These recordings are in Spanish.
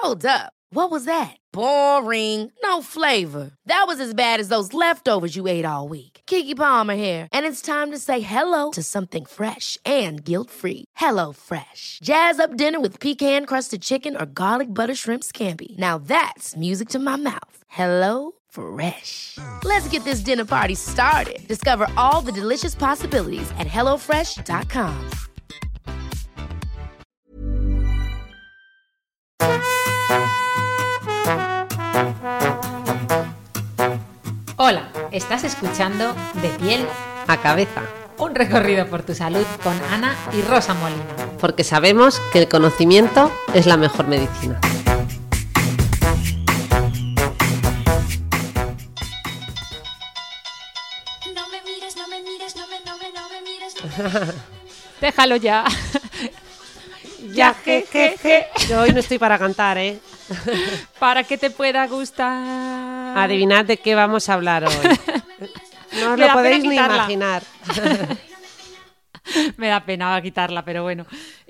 Hold up. What was that? Boring. No flavor. That was as bad as those leftovers you ate all week. Keke Palmer here, and it's time to say hello to something fresh and guilt-free. Hello Fresh. Jazz up dinner with pecan-crusted chicken or garlic butter shrimp scampi. Now that's music to my mouth. Hello Fresh. Let's get this dinner party started. Discover all the delicious possibilities at hellofresh.com. Hola, estás escuchando De Piel a Cabeza, un recorrido por tu salud con Ana y Rosa Molina. porque sabemos que el conocimiento es la mejor medicina. No me mires, no me mires, no me mires. Déjalo ya. Ya, je. Yo hoy no estoy para cantar, ¿eh? Para que te pueda gustar. Adivinad de qué vamos a hablar hoy. No os Me lo da podéis pena ni quitarla. imaginar. Me da pena quitarla, pero bueno.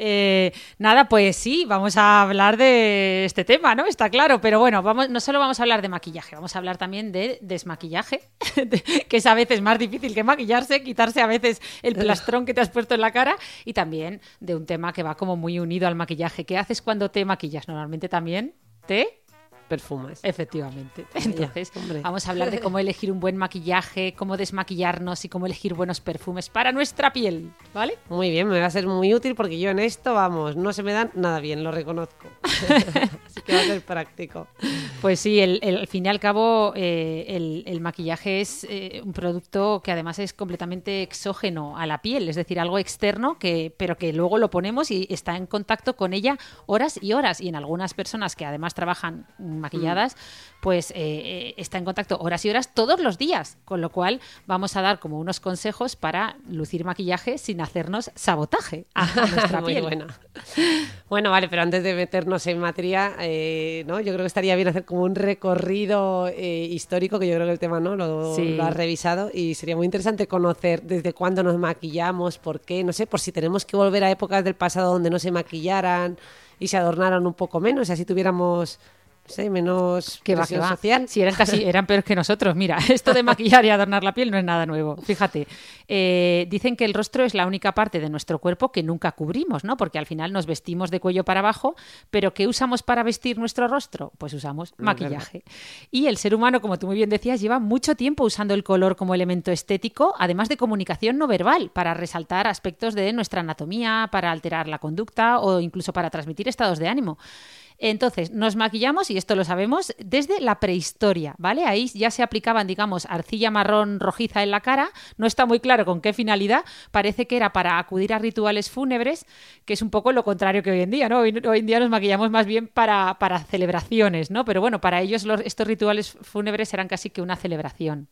Nada, pues sí, vamos a hablar de este tema, ¿no? Está claro, pero bueno, no solo vamos a hablar de maquillaje, vamos a hablar también de desmaquillaje, que es a veces más difícil que maquillarse, quitarse a veces el plastrón que te has puesto en la cara, y también de un tema que va como muy unido al maquillaje. ¿Qué haces cuando te maquillas? Normalmente también te... Perfumes. Efectivamente. Entonces, hombre. vamos a hablar de cómo elegir un buen maquillaje, cómo desmaquillarnos y cómo elegir buenos perfumes para nuestra piel, ¿vale? Muy bien, me va a ser muy útil porque yo en esto, vamos, no se me dan nada bien, lo reconozco. Así que va a ser práctico. Pues sí, al fin y al cabo el maquillaje es un producto que además es completamente exógeno a la piel, es decir, algo externo, pero que luego lo ponemos y está en contacto con ella horas y horas. Y en algunas personas que además trabajan maquilladas, pues está en contacto horas y horas todos los días, con lo cual vamos a dar como unos consejos para lucir maquillaje sin hacernos sabotaje a nuestra Muy piel. buena. Bueno, vale, pero antes de meternos en materia, ¿no? Yo creo que estaría bien hacer como un recorrido histórico, que yo creo que el tema no Sí. lo has revisado, y sería muy interesante conocer desde cuándo nos maquillamos, por qué, no sé, por si tenemos que volver a épocas del pasado donde no se maquillaran y se adornaran un poco menos, y así tuviéramos... No sé, menos Que va, presión que va. social. Sí, eran peores que nosotros. Mira, esto de maquillar y adornar la piel no es nada nuevo. Fíjate, dicen que el rostro es la única parte de nuestro cuerpo que nunca cubrimos, ¿no? Porque al final nos vestimos de cuello para abajo, pero ¿qué usamos para vestir nuestro rostro? Pues usamos maquillaje. Y el ser humano, como tú muy bien decías, lleva mucho tiempo usando el color como elemento estético, además de comunicación no verbal, para resaltar aspectos de nuestra anatomía, para alterar la conducta o incluso para transmitir estados de ánimo. Entonces, nos maquillamos, y esto lo sabemos, desde la prehistoria, ¿vale? Ahí ya se aplicaban, digamos, arcilla marrón rojiza en la cara, no está muy claro con qué finalidad, parece que era para acudir a rituales fúnebres, que es un poco lo contrario que hoy en día, ¿no? Hoy en día nos maquillamos más bien para celebraciones, ¿no? Pero bueno, para ellos estos rituales fúnebres eran casi que una celebración.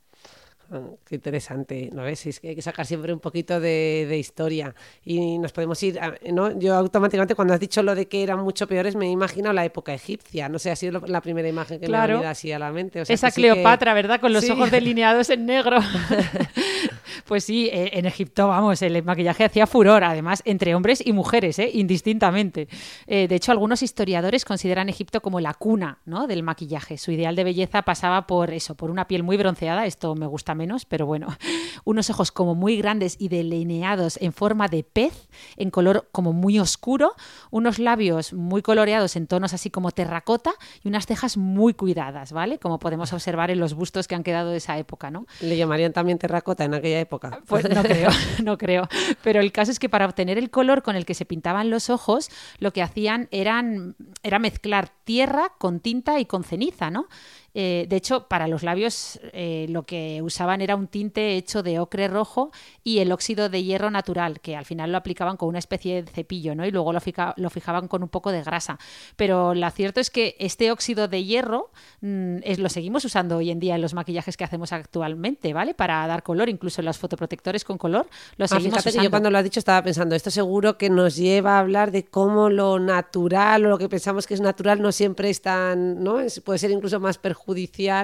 Qué interesante, ¿no ves? Es que hay que sacar siempre un poquito de historia y nos podemos ir, ¿no? Yo automáticamente cuando has dicho lo de que eran mucho peores me he imaginado la época egipcia, no sé, ha sido la primera imagen que me ha venido así a la mente. O sea, esa que sí Cleopatra, ¿verdad? Con los Sí. ojos delineados en negro. Pues sí, en Egipto, vamos, el maquillaje hacía furor, además, entre hombres y mujeres, indistintamente. De hecho, algunos historiadores consideran Egipto como la cuna, ¿no?, del maquillaje. Su ideal de belleza pasaba por eso, por una piel muy bronceada, esto me gusta menos, pero bueno, unos ojos como muy grandes y delineados en forma de pez, en color como muy oscuro, unos labios muy coloreados en tonos así como terracota y unas cejas muy cuidadas, ¿vale? Como podemos observar en los bustos que han quedado de esa época, ¿no? le llamarían también terracota en aquella época. Pues no creo. Pero el caso es que para obtener el color con el que se pintaban los ojos, lo que hacían era mezclar tierra con tinta y con ceniza, ¿no? De hecho, para los labios lo que usaban era un tinte hecho de ocre rojo y el óxido de hierro natural, que al final lo aplicaban con una especie de cepillo, ¿no? Y luego lo fijaban con un poco de grasa. Pero lo cierto es que este óxido de hierro lo seguimos usando hoy en día en los maquillajes que hacemos actualmente, ¿vale? Para dar color, incluso en los fotoprotectores con color, lo seguimos Fíjate que usando. yo cuando lo has dicho estaba pensando, esto seguro que nos lleva a hablar de cómo lo natural o lo que pensamos que es natural no siempre es tan, ¿no? Puede ser incluso más perjudicial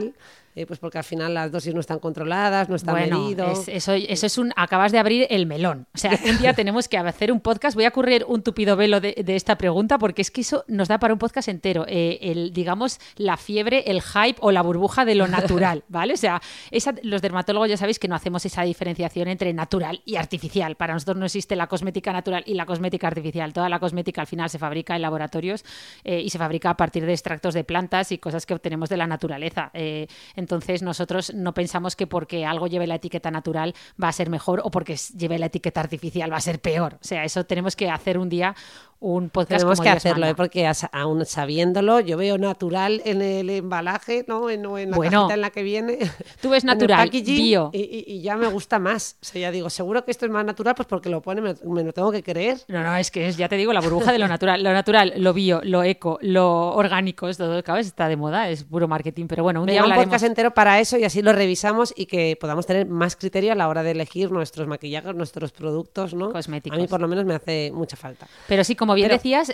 pues porque al final las dosis no están controladas, no están medido. Eso es acabas de abrir el melón. O sea, un día tenemos que hacer un podcast. Voy a correr un tupido velo de esta pregunta porque es que eso nos da para un podcast entero. Digamos, la fiebre, el hype o la burbuja de lo natural, ¿vale? O sea, los dermatólogos ya sabéis que no hacemos esa diferenciación entre natural y artificial. Para nosotros no existe la cosmética natural y la cosmética artificial. Toda la cosmética al final se fabrica en laboratorios y se fabrica a partir de extractos de plantas y cosas que obtenemos de la naturaleza. Entonces nosotros no pensamos que porque algo lleve la etiqueta natural va a ser mejor o porque lleve la etiqueta artificial va a ser peor. O sea, eso tenemos que hacer un día un podcast. Tenemos como que Dios hacerlo, manda. porque aún sabiéndolo, yo veo natural en el embalaje, no en la cajita en la que viene. Tú ves en el natural, packaging, bio. Y ya me gusta más. O sea, ya digo, seguro que esto es más natural, pues porque lo pone, me lo tengo que creer. No, es que ya te digo, la burbuja de lo natural. Lo natural, lo bio, lo eco, lo orgánico, es todo, cada vez está de moda, es puro marketing. Pero bueno, un día Un hablaremos. podcast entero para eso y así lo revisamos y que podamos tener más criterio a la hora de elegir nuestros maquillajes, nuestros productos, ¿no? Cosméticos. A mí por lo menos me hace mucha falta. Pero sí, como bien decías,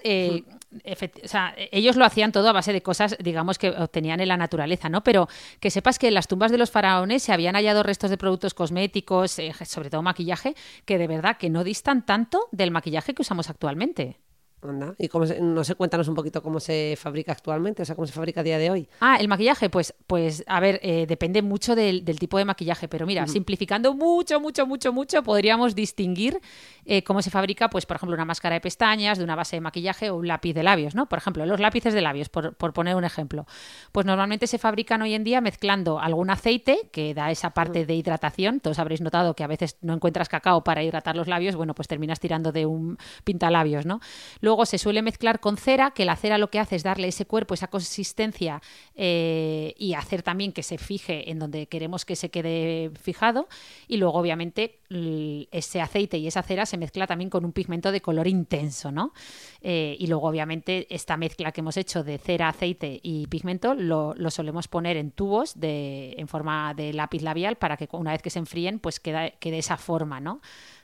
o sea, ellos lo hacían todo a base de cosas, digamos, que obtenían en la naturaleza, ¿no? Pero que sepas que en las tumbas de los faraones se habían hallado restos de productos cosméticos, sobre todo maquillaje, que de verdad que no distan tanto del maquillaje que usamos actualmente. Anda. Y no sé, cuéntanos un poquito cómo se fabrica actualmente, o sea, cómo se fabrica a día de hoy. El maquillaje, pues a ver, depende mucho del tipo de maquillaje, pero mira, simplificando mucho, podríamos distinguir cómo se fabrica, pues por ejemplo, una máscara de pestañas, de una base de maquillaje o un lápiz de labios, ¿no? Por ejemplo, los lápices de labios, por poner un ejemplo. Pues normalmente se fabrican hoy en día mezclando algún aceite que da esa parte de hidratación. Todos habréis notado que a veces no encuentras cacao para hidratar los labios, bueno, pues terminas tirando de un pintalabios, ¿no? Luego se suele mezclar con cera, que la cera lo que hace es darle ese cuerpo, esa consistencia y hacer también que se fije en donde queremos que se quede fijado. Y luego, obviamente, ese aceite y esa cera se mezcla también con un pigmento de color intenso, ¿no? Y luego, obviamente, esta mezcla que hemos hecho de cera, aceite y pigmento lo solemos poner en tubos en forma de lápiz labial para que una vez que se enfríen, pues quede esa forma, ¿no?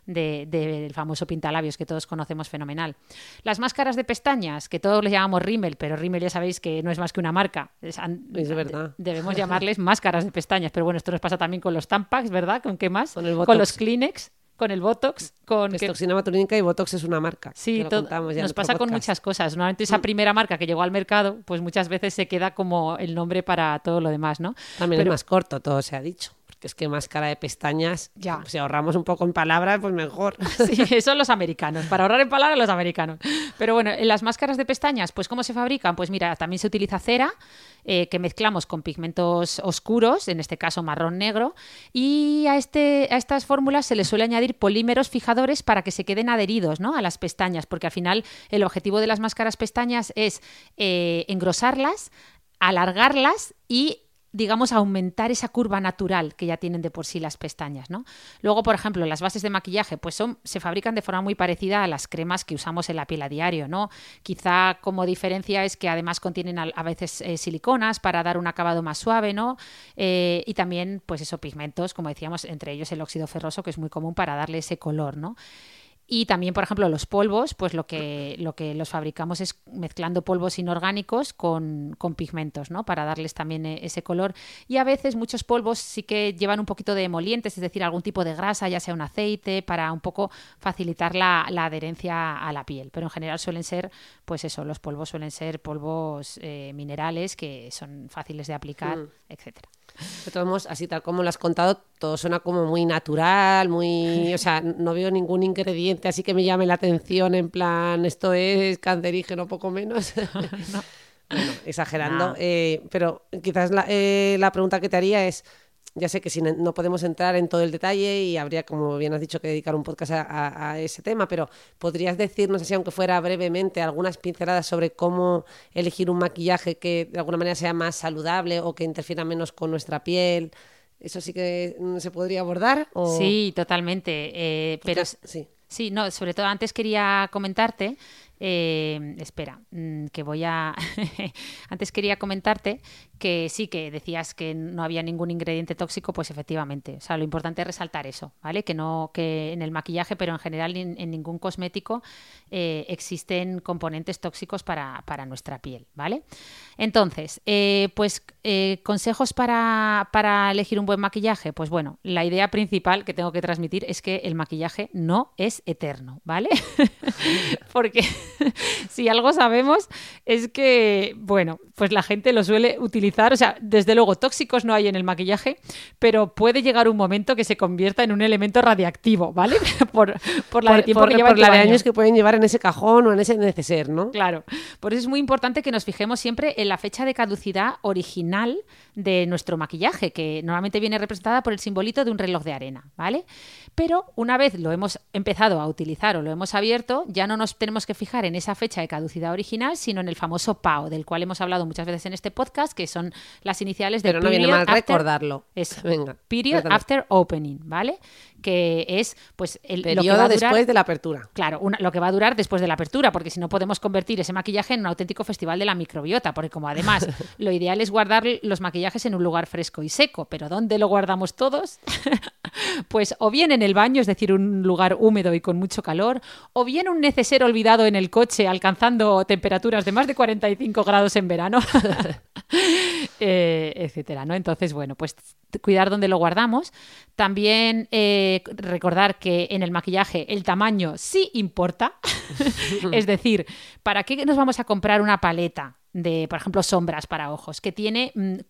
Del famoso pintalabios que todos conocemos fenomenal. Las máscaras de pestañas, que todos les llamamos Rimmel, pero Rimmel ya sabéis que no es más que una marca. Es verdad. Debemos llamarles máscaras de pestañas, pero bueno, esto nos pasa también con los Tampax, ¿verdad? ¿Con qué más? Con el Botox. Con los Kleenex, con el Botox, con... Toxina botulínica y Botox es una marca. Sí, nos pasa con muchas cosas. Normalmente esa Mm. primera marca que llegó al mercado, pues muchas veces se queda como el nombre para todo lo demás, ¿no? También es más corto, todo se ha dicho. Porque es que máscara de pestañas, Ya. si ahorramos un poco en palabras, pues mejor. Sí, son los americanos. Para ahorrar en palabras, los americanos. Pero bueno, en las máscaras de pestañas, pues ¿cómo se fabrican? Pues mira, también se utiliza cera, que mezclamos con pigmentos oscuros, en este caso marrón negro, y a estas fórmulas se les suele añadir polímeros fijadores para que se queden adheridos, ¿no?, a las pestañas, porque al final el objetivo de las máscaras pestañas es engrosarlas, alargarlas y digamos, aumentar esa curva natural que ya tienen de por sí las pestañas, ¿no? Luego, por ejemplo, las bases de maquillaje, pues se fabrican de forma muy parecida a las cremas que usamos en la piel a diario, ¿no? Quizá como diferencia es que además contienen a veces siliconas para dar un acabado más suave, ¿no? Y también, pues eso, pigmentos, como decíamos, entre ellos el óxido ferroso, que es muy común para darle ese color, ¿no? Y también, por ejemplo, los polvos, pues lo que los fabricamos es mezclando polvos inorgánicos con pigmentos, ¿no?, para darles también ese color. Y a veces muchos polvos sí que llevan un poquito de emolientes, es decir, algún tipo de grasa, ya sea un aceite, para un poco facilitar la adherencia a la piel. Pero en general suelen ser, pues eso, los polvos suelen ser polvos minerales que son fáciles de aplicar, etcétera. De todos modos, así tal como lo has contado, todo suena como muy natural, o sea, no veo ningún ingrediente así que me llame la atención en plan, esto es cancerígeno, poco menos. No. Bueno, exagerando, No. pero quizás la pregunta que te haría es, ya sé que no podemos entrar en todo el detalle y habría, como bien has dicho, que dedicar un podcast a ese tema, pero ¿podrías decirnos, así aunque fuera brevemente, algunas pinceladas sobre cómo elegir un maquillaje que de alguna manera sea más saludable o que interfiera menos con nuestra piel? ¿Eso sí que se podría abordar? Sí, totalmente. Pero sí. sí, no, sobre todo antes quería comentarte Espera, que voy a... Antes quería comentarte que sí, que decías que no había ningún ingrediente tóxico, pues efectivamente. O sea, lo importante es resaltar eso, ¿vale? Que en el maquillaje, pero en general en ningún cosmético existen componentes tóxicos para nuestra piel, ¿vale? Entonces, consejos para elegir un buen maquillaje. Pues bueno, la idea principal que tengo que transmitir es que el maquillaje no es eterno, ¿vale? Porque si algo sabemos es que, bueno, pues la gente lo suele utilizar. O sea, desde luego tóxicos no hay en el maquillaje, pero puede llegar un momento que se convierta en un elemento radiactivo, ¿vale? por la de tiempo que lleva en tu la de baño. años que pueden llevar en ese cajón o en ese neceser, ¿no? Claro, por eso es muy importante que nos fijemos siempre en la fecha de caducidad original de nuestro maquillaje, que normalmente viene representada por el simbolito de un reloj de arena, ¿vale? Pero una vez lo hemos empezado a utilizar o lo hemos abierto, ya no nos tenemos que fijar en esa fecha de caducidad original, sino en el famoso PAO, del cual hemos hablado muchas veces en este podcast, que son las iniciales de Pero no viene Period mal After- recordarlo. Eso, Venga, Period cuéntalo. After Opening, ¿vale? Que es pues lo que Periodo va a durar, después de la apertura. claro, lo que va a durar después de la apertura, porque si no podemos convertir ese maquillaje en un auténtico festival de la microbiota, porque como además lo ideal es guardar los maquillajes en un lugar fresco y seco, pero ¿dónde lo guardamos todos? Pues o bien en el baño, es decir, un lugar húmedo y con mucho calor, o bien un neceser olvidado en el coche alcanzando temperaturas de más de 45 grados en verano, etcétera, ¿no? Entonces, bueno, pues cuidar dónde lo guardamos. También recordar que en el maquillaje el tamaño sí importa. Es decir, ¿para qué nos vamos a comprar una paleta de, por ejemplo, sombras para ojos, que tiene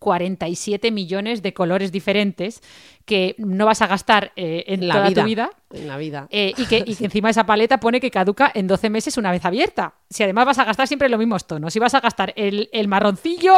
47 millones de colores diferentes que no vas a gastar en La toda vida. tu vida? En la vida. Y que encima esa paleta pone que caduca en 12 meses una vez abierta. Si además vas a gastar siempre los mismos tonos, si vas a gastar el marroncillo,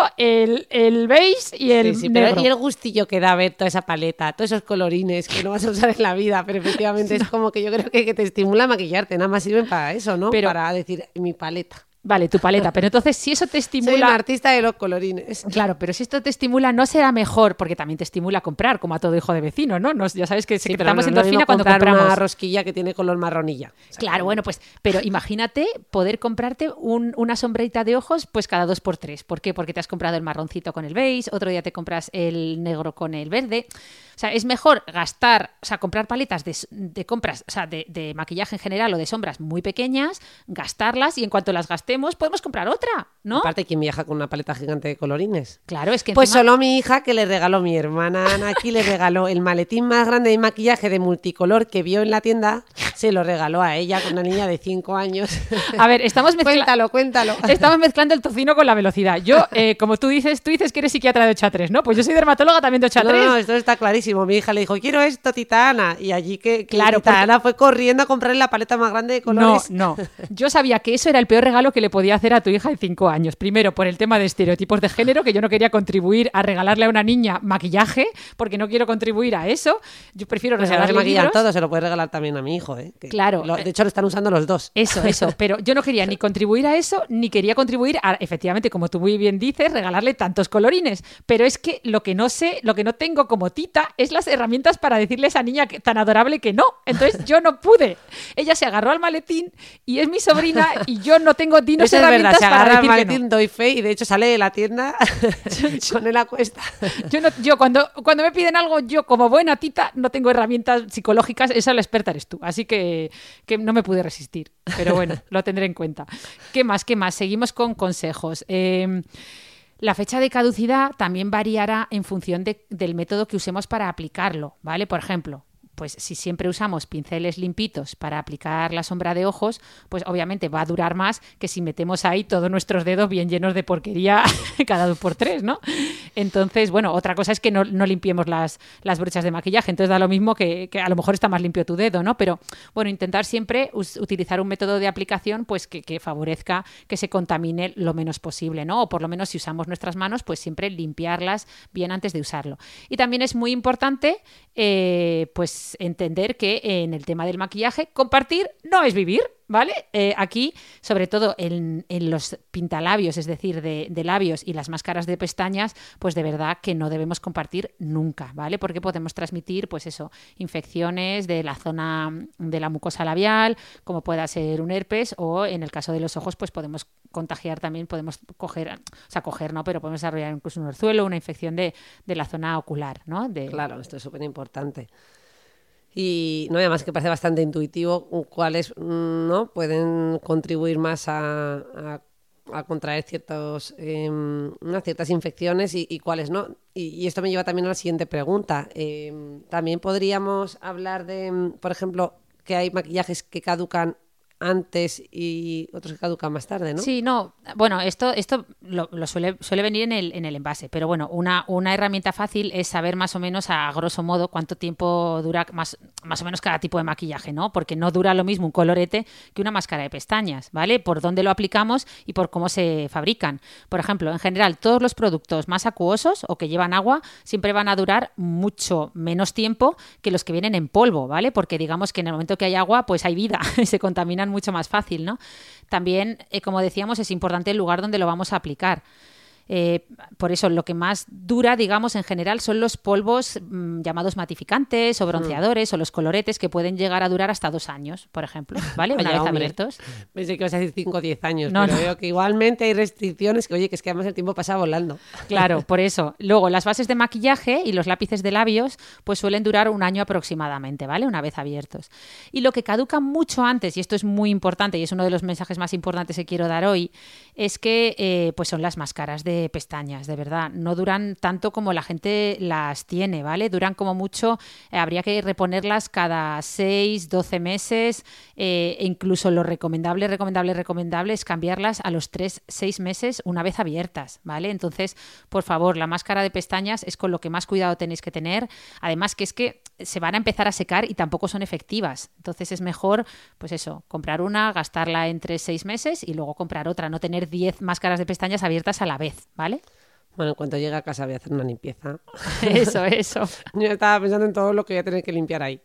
el beige y el Sí, negro. pero y el gustillo que da ver toda esa paleta, todos esos colorines que no vas a usar en la vida, pero efectivamente es como que yo creo que te estimula a maquillarte, nada más sirven para eso, ¿no? Pero- para decir, mi paleta. Vale, tu paleta. Pero entonces, si eso te Soy un estimula... artista de los colorines. Claro, pero si esto te estimula, no será mejor, porque también te estimula a comprar, como a todo hijo de vecino, ¿no? Ya sabes que Sí, pero secretamos no es lo endorfina mismo cuando comprar compramos. una rosquilla que tiene color marronilla. O sea, Claro, bueno, pues, pero imagínate poder comprarte una sombrita de ojos pues cada 2x3. ¿Por qué? Porque te has comprado el marroncito con el beige, otro día te compras el negro con el verde. O sea, es mejor comprar paletas de compras, o sea, de maquillaje en general o de sombras muy pequeñas, gastarlas y en cuanto las gastemos podemos comprar otra, ¿no? Aparte, ¿quién viaja con una paleta gigante de colorines? Claro, es que Pues encima- solo mi hija, que le regaló mi hermana Ana, aquí le regaló el maletín más grande de maquillaje de multicolor que vio en la tienda, se lo regaló a ella, con una niña de 5 años. A ver, estamos mezclando... Cuéntalo. Estamos mezclando el tocino con la velocidad. Yo, como tú dices que eres psiquiatra de 8-3, ¿no? Pues yo soy dermatóloga también de 8-3. No, esto está clarísimo. Mi hija le dijo, quiero esto, tita Ana. Y allí que Claro, tita Ana fue corriendo a comprarle la paleta más grande de No, colores. no. Yo sabía que eso era el peor regalo que le podía hacer a tu hija de 5 años. Primero, por el tema de estereotipos de género, que yo no quería contribuir a regalarle a una niña maquillaje, porque no quiero contribuir a eso. Yo prefiero Pues ahora se regalarle maquillan libros. todo, se lo puede regalar también a mi hijo, ¿eh? Que Claro. de hecho, lo están usando los dos. Eso. Pero yo no quería ni contribuir a eso, ni quería contribuir a, efectivamente, como tú muy bien dices, regalarle tantos colorines. Pero es que lo que no sé, lo que no tengo como tita, es las herramientas para decirle a esa niña tan adorable que no. Entonces yo no pude. Ella se agarró al maletín y es mi sobrina y yo no tengo dinos Eso es verdad, herramientas se para agarra al decir que maletín, no. doy fe y de hecho sale de la tienda con él a cuesta. Yo cuando me piden algo, yo como buena tita no tengo herramientas psicológicas, esa la experta eres tú, así que no me pude resistir, pero bueno, lo tendré en cuenta. ¿Qué más? Seguimos con consejos. La fecha de caducidad también variará en función del método que usemos para aplicarlo, ¿vale? Por ejemplo, pues si siempre usamos pinceles limpitos para aplicar la sombra de ojos, pues obviamente va a durar más que si metemos ahí todos nuestros dedos bien llenos de porquería cada 2x3, ¿no? Entonces, bueno, otra cosa es que no limpiemos las brochas de maquillaje, entonces da lo mismo que a lo mejor está más limpio tu dedo, ¿no? Pero bueno, intentar siempre utilizar un método de aplicación pues que favorezca que se contamine lo menos posible, ¿no? O por lo menos si usamos nuestras manos, pues siempre limpiarlas bien antes de usarlo. Y también es muy importante pues entender que en el tema del maquillaje compartir no es vivir. ¿vale? Aquí, sobre todo en los pintalabios, es decir, de labios y las máscaras de pestañas, pues de verdad que no debemos compartir nunca, ¿vale? Porque podemos transmitir, pues eso, infecciones de la zona de la mucosa labial, como pueda ser un herpes, o en el caso de los ojos, pues podemos contagiar también, podemos coger, ¿no? Pero podemos desarrollar incluso un orzuelo, una infección de la zona ocular, ¿no? Claro, esto es súper importante. Y no, además que parece bastante intuitivo cuáles no pueden contribuir más a contraer ciertas infecciones y cuáles no. Y esto me lleva también a la siguiente pregunta. También podríamos hablar de, por ejemplo, que hay maquillajes que caducan antes y otros que caducan más tarde, ¿no? Sí, no, bueno, esto lo suele venir en el envase, pero bueno, una herramienta fácil es saber más o menos a grosso modo cuánto tiempo dura más o menos cada tipo de maquillaje, ¿no? Porque no dura lo mismo un colorete que una máscara de pestañas, ¿vale? Por dónde lo aplicamos y por cómo se fabrican. Por ejemplo, en general, todos los productos más acuosos o que llevan agua siempre van a durar mucho menos tiempo que los que vienen en polvo, ¿vale? Porque digamos que en el momento que hay agua, pues hay vida y se contaminan mucho más fácil, ¿no? También, como decíamos, es importante el lugar donde lo vamos a aplicar. Por eso lo que más dura, digamos, en general son los polvos llamados matificantes o bronceadores o los coloretes que pueden llegar a durar hasta 2 años, por ejemplo, ¿vale? Una vez abiertos. Pensé que ibas a decir 5 o 10 años, No, pero no. veo que igualmente hay restricciones, que oye, que es que además el tiempo pasa volando. Claro, por eso. Luego, las bases de maquillaje y los lápices de labios pues suelen durar 1 año aproximadamente, ¿vale? Una vez abiertos. Y lo que caduca mucho antes, y esto es muy importante y es uno de los mensajes más importantes que quiero dar hoy, es que pues son las máscaras de pestañas, de verdad. No duran tanto como la gente las tiene, ¿vale? Duran como mucho, habría que reponerlas cada 6, 12 meses, e incluso lo recomendable es cambiarlas a los 3, 6 meses una vez abiertas, ¿vale? Entonces, por favor, la máscara de pestañas es con lo que más cuidado tenéis que tener. Además, que es que se van a empezar a secar y tampoco son efectivas. Entonces, es mejor, pues eso, comprar una, gastarla en 3, 6 meses y luego comprar otra, no tener 10 máscaras de pestañas abiertas a la vez, ¿vale? Bueno, en cuanto llegue a casa voy a hacer una limpieza. Eso. Yo estaba pensando en todo lo que voy a tener que limpiar ahí.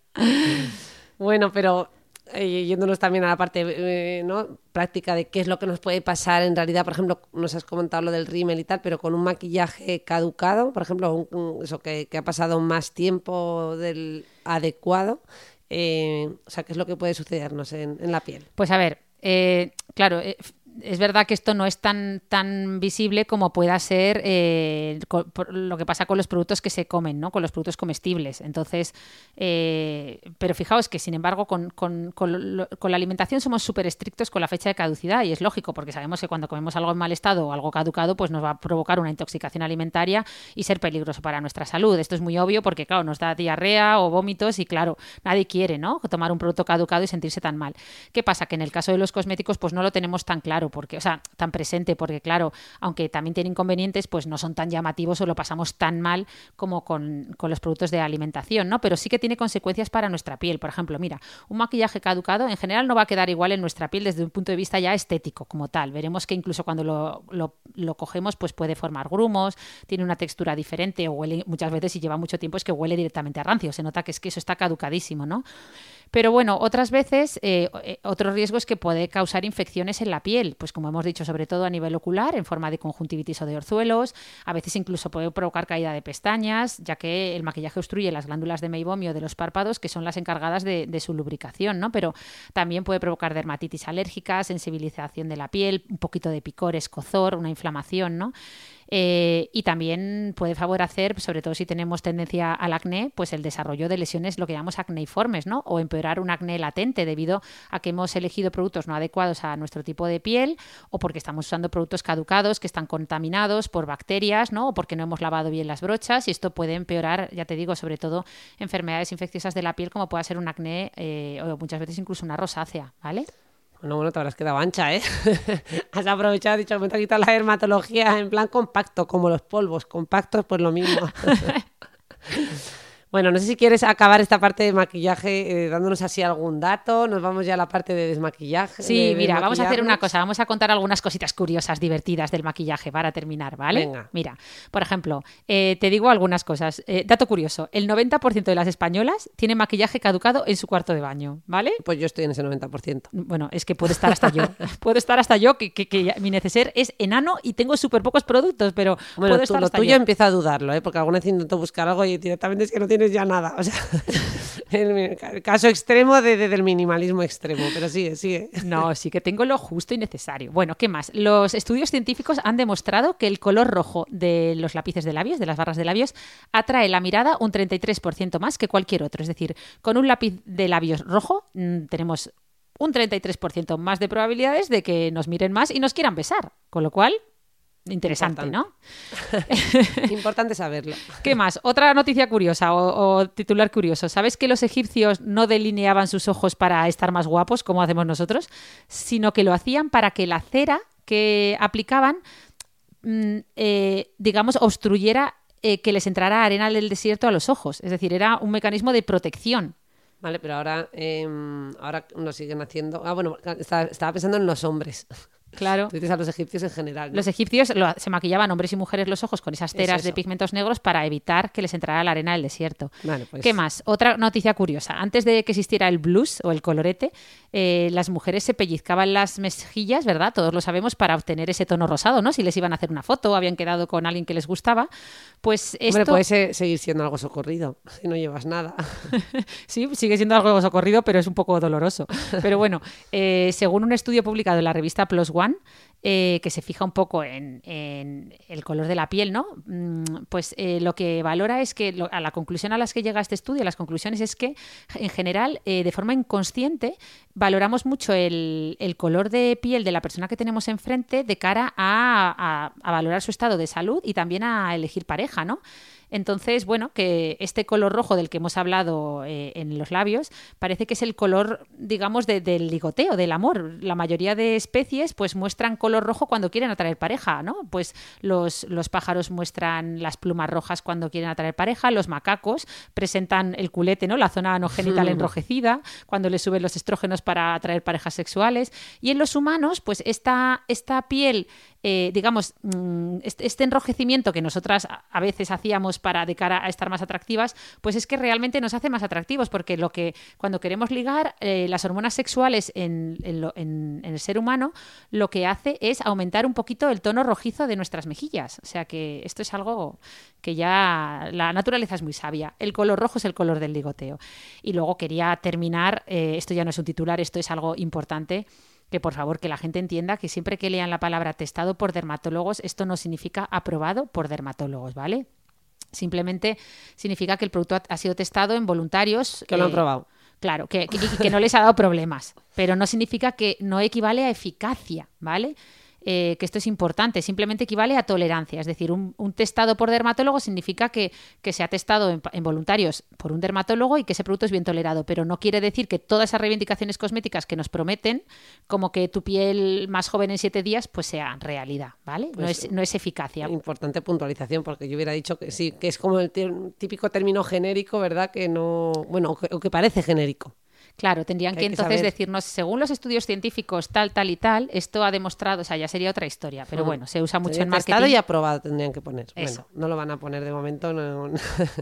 Bueno, pero yéndonos también a la parte ¿no? práctica de qué es lo que nos puede pasar en realidad, por ejemplo, nos has comentado lo del rímel y tal, pero con un maquillaje caducado, por ejemplo, eso que ha pasado más tiempo del adecuado, o sea, ¿qué es lo que puede sucedernos en la piel? Pues a ver, claro, es verdad que esto no es tan visible como pueda ser lo que pasa con los productos que se comen, ¿no? Con los productos comestibles. Entonces, pero fijaos que, sin embargo, con la alimentación somos súper estrictos con la fecha de caducidad, y es lógico, porque sabemos que cuando comemos algo en mal estado o algo caducado, pues nos va a provocar una intoxicación alimentaria y ser peligroso para nuestra salud. Esto es muy obvio porque, claro, nos da diarrea o vómitos y, claro, nadie quiere, ¿no? Tomar un producto caducado y sentirse tan mal. ¿Qué pasa? Que en el caso de los cosméticos, pues no lo tenemos tan claro, porque, o sea, tan presente, porque claro, aunque también tiene inconvenientes, pues no son tan llamativos o lo pasamos tan mal como con los productos de alimentación, ¿no? Pero sí que tiene consecuencias para nuestra piel. Por ejemplo, mira, un maquillaje caducado en general no va a quedar igual en nuestra piel desde un punto de vista ya estético como tal. Veremos que incluso cuando lo cogemos, pues puede formar grumos, tiene una textura diferente o huele, muchas veces si lleva mucho tiempo es que huele directamente a rancio, se nota que es que eso está caducadísimo, ¿no? Pero bueno, otras veces otro riesgo es que puede causar infecciones en la piel, pues como hemos dicho, sobre todo a nivel ocular, en forma de conjuntivitis o de orzuelos. A veces incluso puede provocar caída de pestañas, ya que el maquillaje obstruye las glándulas de meibomio de los párpados, que son las encargadas de su lubricación, ¿no? Pero también puede provocar dermatitis alérgica, sensibilización de la piel, un poquito de picor, escozor, una inflamación, ¿no? Y también puede favorecer, sobre todo si tenemos tendencia al acné, pues el desarrollo de lesiones, lo que llamamos acneiformes, ¿no? O empeorar un acné latente debido a que hemos elegido productos no adecuados a nuestro tipo de piel, o porque estamos usando productos caducados que están contaminados por bacterias, ¿no? O porque no hemos lavado bien las brochas, y esto puede empeorar, ya te digo, sobre todo enfermedades infecciosas de la piel, como pueda ser un acné o muchas veces incluso una rosácea, ¿vale? Bueno, te habrás quedado ancha, ¿eh? Has aprovechado, has dicho, me te ha quitado la dermatología en plan compacto, como los polvos compactos, pues lo mismo. Bueno, no sé si quieres acabar esta parte de maquillaje dándonos así algún dato. Nos vamos ya a la parte de desmaquillaje. Sí, mira, vamos a hacer una desmaquillarnos. cosa, vamos a contar algunas cositas curiosas, divertidas del maquillaje para terminar, ¿vale? Venga. Mira, por ejemplo, te digo algunas cosas. Dato curioso, el 90% de las españolas tienen maquillaje caducado en su cuarto de baño, ¿vale? Pues yo estoy en ese 90%. Bueno, es que puede estar hasta yo. Puedo estar hasta yo, que mi neceser es enano y tengo súper pocos productos, pero Bueno, puedo estar lo hasta tuyo yo. empieza a dudarlo, ¿eh? Porque alguna vez intento buscar algo y directamente es que no tienes ya nada. O sea, el caso extremo del minimalismo extremo. Pero sigue, sigue. No, sí que tengo lo justo y necesario. Bueno, ¿qué más? Los estudios científicos han demostrado que el color rojo de los lápices de labios, de las barras de labios, atrae la mirada un 33% más que cualquier otro. Es decir, con un lápiz de labios rojo tenemos un 33% más de probabilidades de que nos miren más y nos quieran besar. Con lo cual, interesante, ¿no? Importante saberlo. ¿Qué más? Otra noticia curiosa o titular curioso. ¿Sabes que los egipcios no delineaban sus ojos para estar más guapos, como hacemos nosotros, sino que lo hacían para que la cera que aplicaban, digamos, obstruyera que les entrara arena del desierto a los ojos? Es decir, era un mecanismo de protección. Vale, pero ahora lo siguen haciendo. Ah, bueno, estaba pensando en los hombres. Claro. Tú dices a los egipcios en general, ¿no? Los egipcios se maquillaban hombres y mujeres los ojos con esas teras de pigmentos negros para evitar que les entrara la arena del desierto. Vale, pues. ¿Qué más? Otra noticia curiosa. Antes de que existiera el blush o el colorete, las mujeres se pellizcaban las mejillas, ¿verdad? Todos lo sabemos, para obtener ese tono rosado, ¿no? Si les iban a hacer una foto o habían quedado con alguien que les gustaba. Pues esto... Hombre, puede seguir siendo algo socorrido si no llevas nada. Sí, sigue siendo algo socorrido, pero es un poco doloroso. Pero bueno, según un estudio publicado en la revista Plus One, que se fija un poco en el color de la piel, ¿no? Pues lo que valora es que a la conclusión a las que llega este estudio, las conclusiones es que en general, de forma inconsciente, valoramos mucho el color de piel de la persona que tenemos enfrente de cara a valorar su estado de salud y también a elegir pareja, ¿no? Entonces, bueno, que este color rojo del que hemos hablado en los labios parece que es el color, digamos, del ligoteo, del amor. La mayoría de especies pues muestran color rojo cuando quieren atraer pareja, ¿no? Pues los pájaros muestran las plumas rojas cuando quieren atraer pareja, los macacos presentan el culete, ¿no? La zona anogénital enrojecida cuando les suben los estrógenos para atraer parejas sexuales. Y en los humanos, pues esta piel, digamos, este enrojecimiento que nosotras a veces hacíamos de cara a estar más atractivas, pues es que realmente nos hace más atractivos, porque cuando queremos ligar, las hormonas sexuales en el ser humano lo que hace es aumentar un poquito el tono rojizo de nuestras mejillas. O sea que esto es algo que ya la naturaleza es muy sabia. El color rojo es el color del ligoteo. Y luego quería terminar, esto ya no es un titular, esto es algo importante, que por favor que la gente entienda que siempre que lean la palabra testado por dermatólogos, esto no significa aprobado por dermatólogos, ¿vale? Simplemente significa que el producto ha sido testado en voluntarios. Que lo han probado. Claro, que no les ha dado problemas, pero no significa que no equivale a eficacia, ¿vale? Que esto es importante, simplemente equivale a tolerancia. Es decir, un testado por dermatólogo significa que se ha testado en voluntarios por un dermatólogo y que ese producto es bien tolerado, pero no quiere decir que todas esas reivindicaciones cosméticas que nos prometen, como que tu piel más joven en 7 días, pues sea realidad, ¿vale? Pues no es eficacia. Importante puntualización, porque yo hubiera dicho que sí, que es como el típico término genérico, ¿verdad? Que no, bueno, o que parece genérico. Claro, tendrían que entonces saber. decirnos, según los estudios científicos tal y tal, esto ha demostrado, o sea, ya sería otra historia, pero bueno, se usa mucho en marketing. Testado y aprobado tendrían que poner. Eso. Bueno, no lo van a poner de momento. No.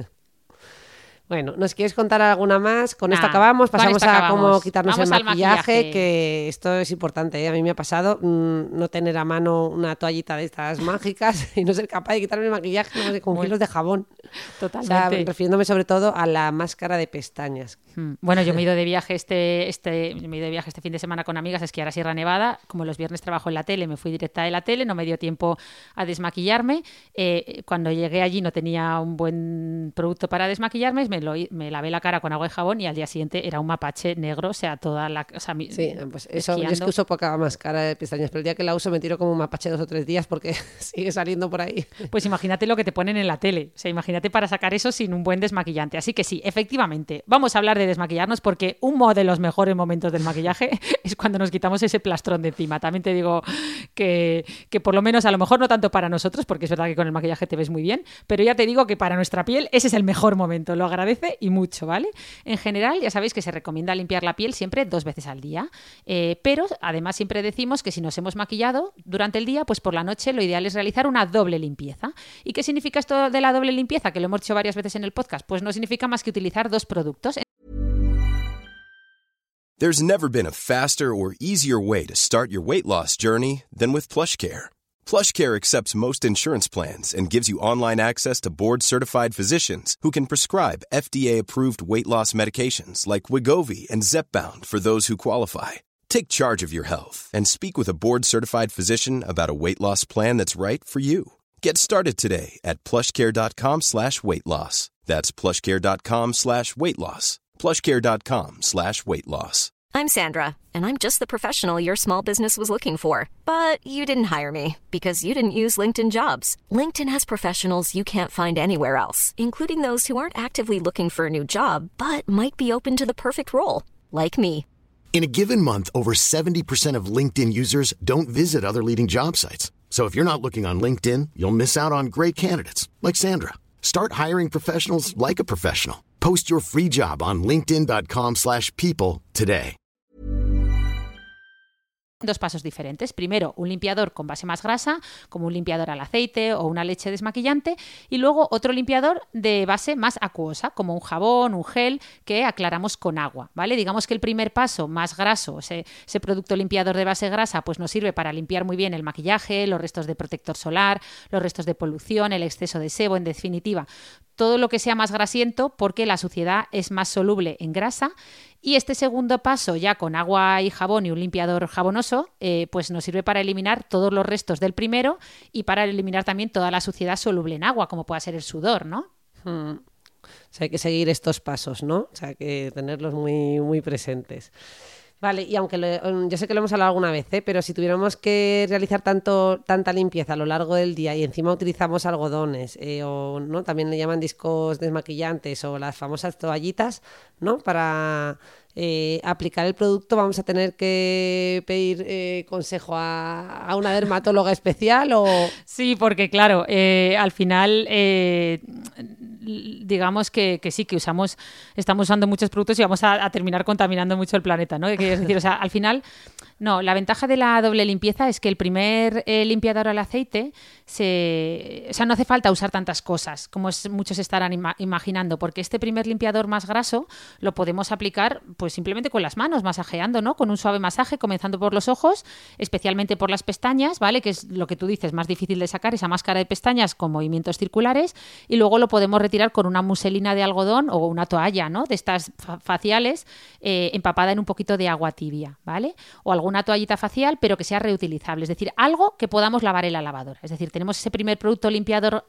Bueno, ¿nos quieres contar alguna más? Con esto acabamos, pasamos a cómo quitarnos Vamos el maquillaje, al que esto es importante, ¿eh? A mí me ha pasado no tener a mano una toallita de estas mágicas y no ser capaz de quitarme el maquillaje, no sé, con kilos de jabón. Totalmente. O sea, refiriéndome sobre todo a la máscara de pestañas. Bueno, yo me he ido de viaje este fin de semana con amigas a esquiar a Sierra Nevada. Como los viernes trabajo en la tele, me fui directa de la tele, no me dio tiempo a desmaquillarme. Cuando llegué allí no tenía un buen producto para desmaquillarme, me lavé la cara con agua y jabón y al día siguiente era un mapache negro, o sea, toda la... O sea, sí, pues eso, esquiando. Yo es que uso poca máscara de pestañas, pero el día que la uso me tiro como un mapache 2 o 3 días porque sigue saliendo por ahí. Pues imagínate lo que te ponen en la tele, o sea, imagínate para sacar eso sin un buen desmaquillante. Así que sí, efectivamente, vamos a hablar de desmaquillarnos porque uno de los mejores momentos del maquillaje es cuando nos quitamos ese plastrón de encima. También te digo que por lo menos, a lo mejor no tanto para nosotros, porque es verdad que con el maquillaje te ves muy bien, pero ya te digo que para nuestra piel ese es el mejor momento. Lo agradezco agradece y mucho, ¿vale? En general, ya sabéis que se recomienda limpiar la piel siempre 2 veces al día, pero además siempre decimos que si nos hemos maquillado durante el día, pues por la noche lo ideal es realizar una doble limpieza. ¿Y qué significa esto de la doble limpieza? Que lo hemos dicho varias veces en el podcast. Pues no significa más que utilizar 2 productos. There's never been a faster or easier way to start your weight loss journey than with PlushCare. PlushCare accepts most insurance plans and gives you online access to board-certified physicians who can prescribe FDA-approved weight loss medications like Wegovy and Zepbound for those who qualify. Take charge of your health and speak with a board-certified physician about a weight loss plan that's right for you. Get started today at plushcare.com/weight loss. That's plushcare.com/weight loss. plushcare.com/weight loss. I'm Sandra, and I'm just the professional your small business was looking for. But you didn't hire me because you didn't use LinkedIn Jobs. LinkedIn has professionals you can't find anywhere else, including those who aren't actively looking for a new job, but might be open to the perfect role, like me. In a given month, over 70% of LinkedIn users don't visit other leading job sites. So if you're not looking on LinkedIn, you'll miss out on great candidates like Sandra. Start hiring professionals like a professional. Post your free job on linkedin.com/people today. 2 pasos diferentes. Primero, un limpiador con base más grasa, como un limpiador al aceite o una leche desmaquillante, y luego otro limpiador de base más acuosa, como un jabón, un gel, que aclaramos con agua, ¿vale? Digamos que el primer paso, más graso, ese producto limpiador de base grasa, pues nos sirve para limpiar muy bien el maquillaje, los restos de protector solar, los restos de polución, el exceso de sebo, en definitiva, todo lo que sea más grasiento, porque la suciedad es más soluble en grasa. Y este segundo paso, ya con agua y jabón y un limpiador jabonoso, pues nos sirve para eliminar todos los restos del primero y para eliminar también toda la suciedad soluble en agua, como pueda ser el sudor, ¿no? O sea, hay que seguir estos pasos, ¿no? O sea, hay que tenerlos muy, muy presentes. Vale, y aunque yo sé que lo hemos hablado alguna vez, pero si tuviéramos que realizar tanta limpieza a lo largo del día y encima utilizamos algodones o no, también le llaman discos desmaquillantes o las famosas toallitas, ¿no? Para aplicar el producto vamos a tener que pedir consejo a una dermatóloga especial o... Sí, porque claro, al final digamos que sí, que estamos usando muchos productos y vamos a terminar contaminando mucho el planeta, ¿no? Es decir, o sea, al final, no, la ventaja de la doble limpieza es que el primer limpiador al aceite, o sea, no hace falta usar tantas cosas como muchos estarán imaginando, porque este primer limpiador más graso lo podemos aplicar pues simplemente con las manos, masajeando, ¿no? Con un suave masaje, comenzando por los ojos, especialmente por las pestañas, ¿vale? Que es lo que tú dices, más difícil de sacar, esa máscara de pestañas con movimientos circulares, y luego lo podemos retirar con una muselina de algodón o una toalla, ¿no? De estas faciales empapada en un poquito de agua tibia, ¿vale? O alguna toallita facial, pero que sea reutilizable, es decir, algo que podamos lavar en la lavadora. Es decir, tenemos ese primer producto limpiador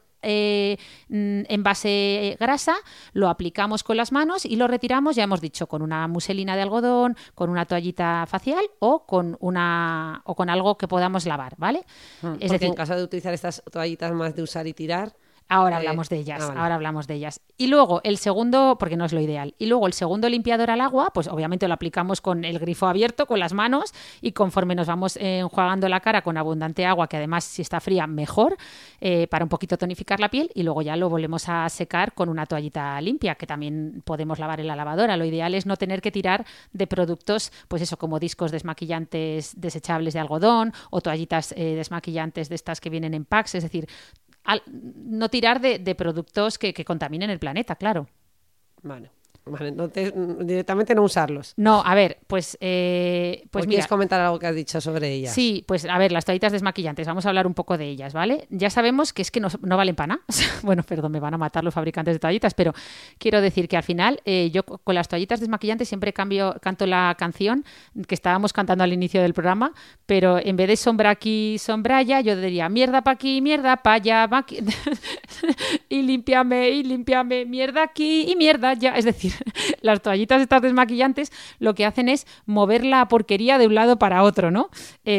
en base grasa, lo aplicamos con las manos y lo retiramos, ya hemos dicho, con una muselina de algodón, con una toallita facial o con algo que podamos lavar, ¿vale? Es decir, en caso de utilizar estas toallitas más de usar y tirar... Ahora hablamos de ellas, vale. ahora hablamos de ellas. Y luego el segundo, porque no es lo ideal, y luego el segundo limpiador al agua, pues obviamente lo aplicamos con el grifo abierto, con las manos, y conforme nos vamos enjuagando la cara con abundante agua, que además si está fría mejor, para un poquito tonificar la piel, y luego ya lo volvemos a secar con una toallita limpia, que también podemos lavar en la lavadora. Lo ideal es no tener que tirar de productos, pues eso, como discos desmaquillantes desechables de algodón o toallitas desmaquillantes de estas que vienen en packs, es decir, no tirar de productos que contaminen el planeta, claro. Vale, entonces directamente no usarlos. No, a ver, pues mira, ¿quieres comentar algo que has dicho sobre ellas? Sí, pues a ver, las toallitas desmaquillantes, vamos a hablar un poco de ellas, ¿vale? Ya sabemos que es que no valen para nada. Bueno, perdón, me van a matar los fabricantes de toallitas, pero quiero decir que al final yo con las toallitas desmaquillantes siempre canto la canción que estábamos cantando al inicio del programa, pero en vez de sombra aquí, sombra allá, yo diría mierda pa' aquí, mierda pa' allá, y límpiame, mierda aquí y mierda allá. Es decir, las toallitas estas desmaquillantes lo que hacen es mover la porquería de un lado para otro, ¿no?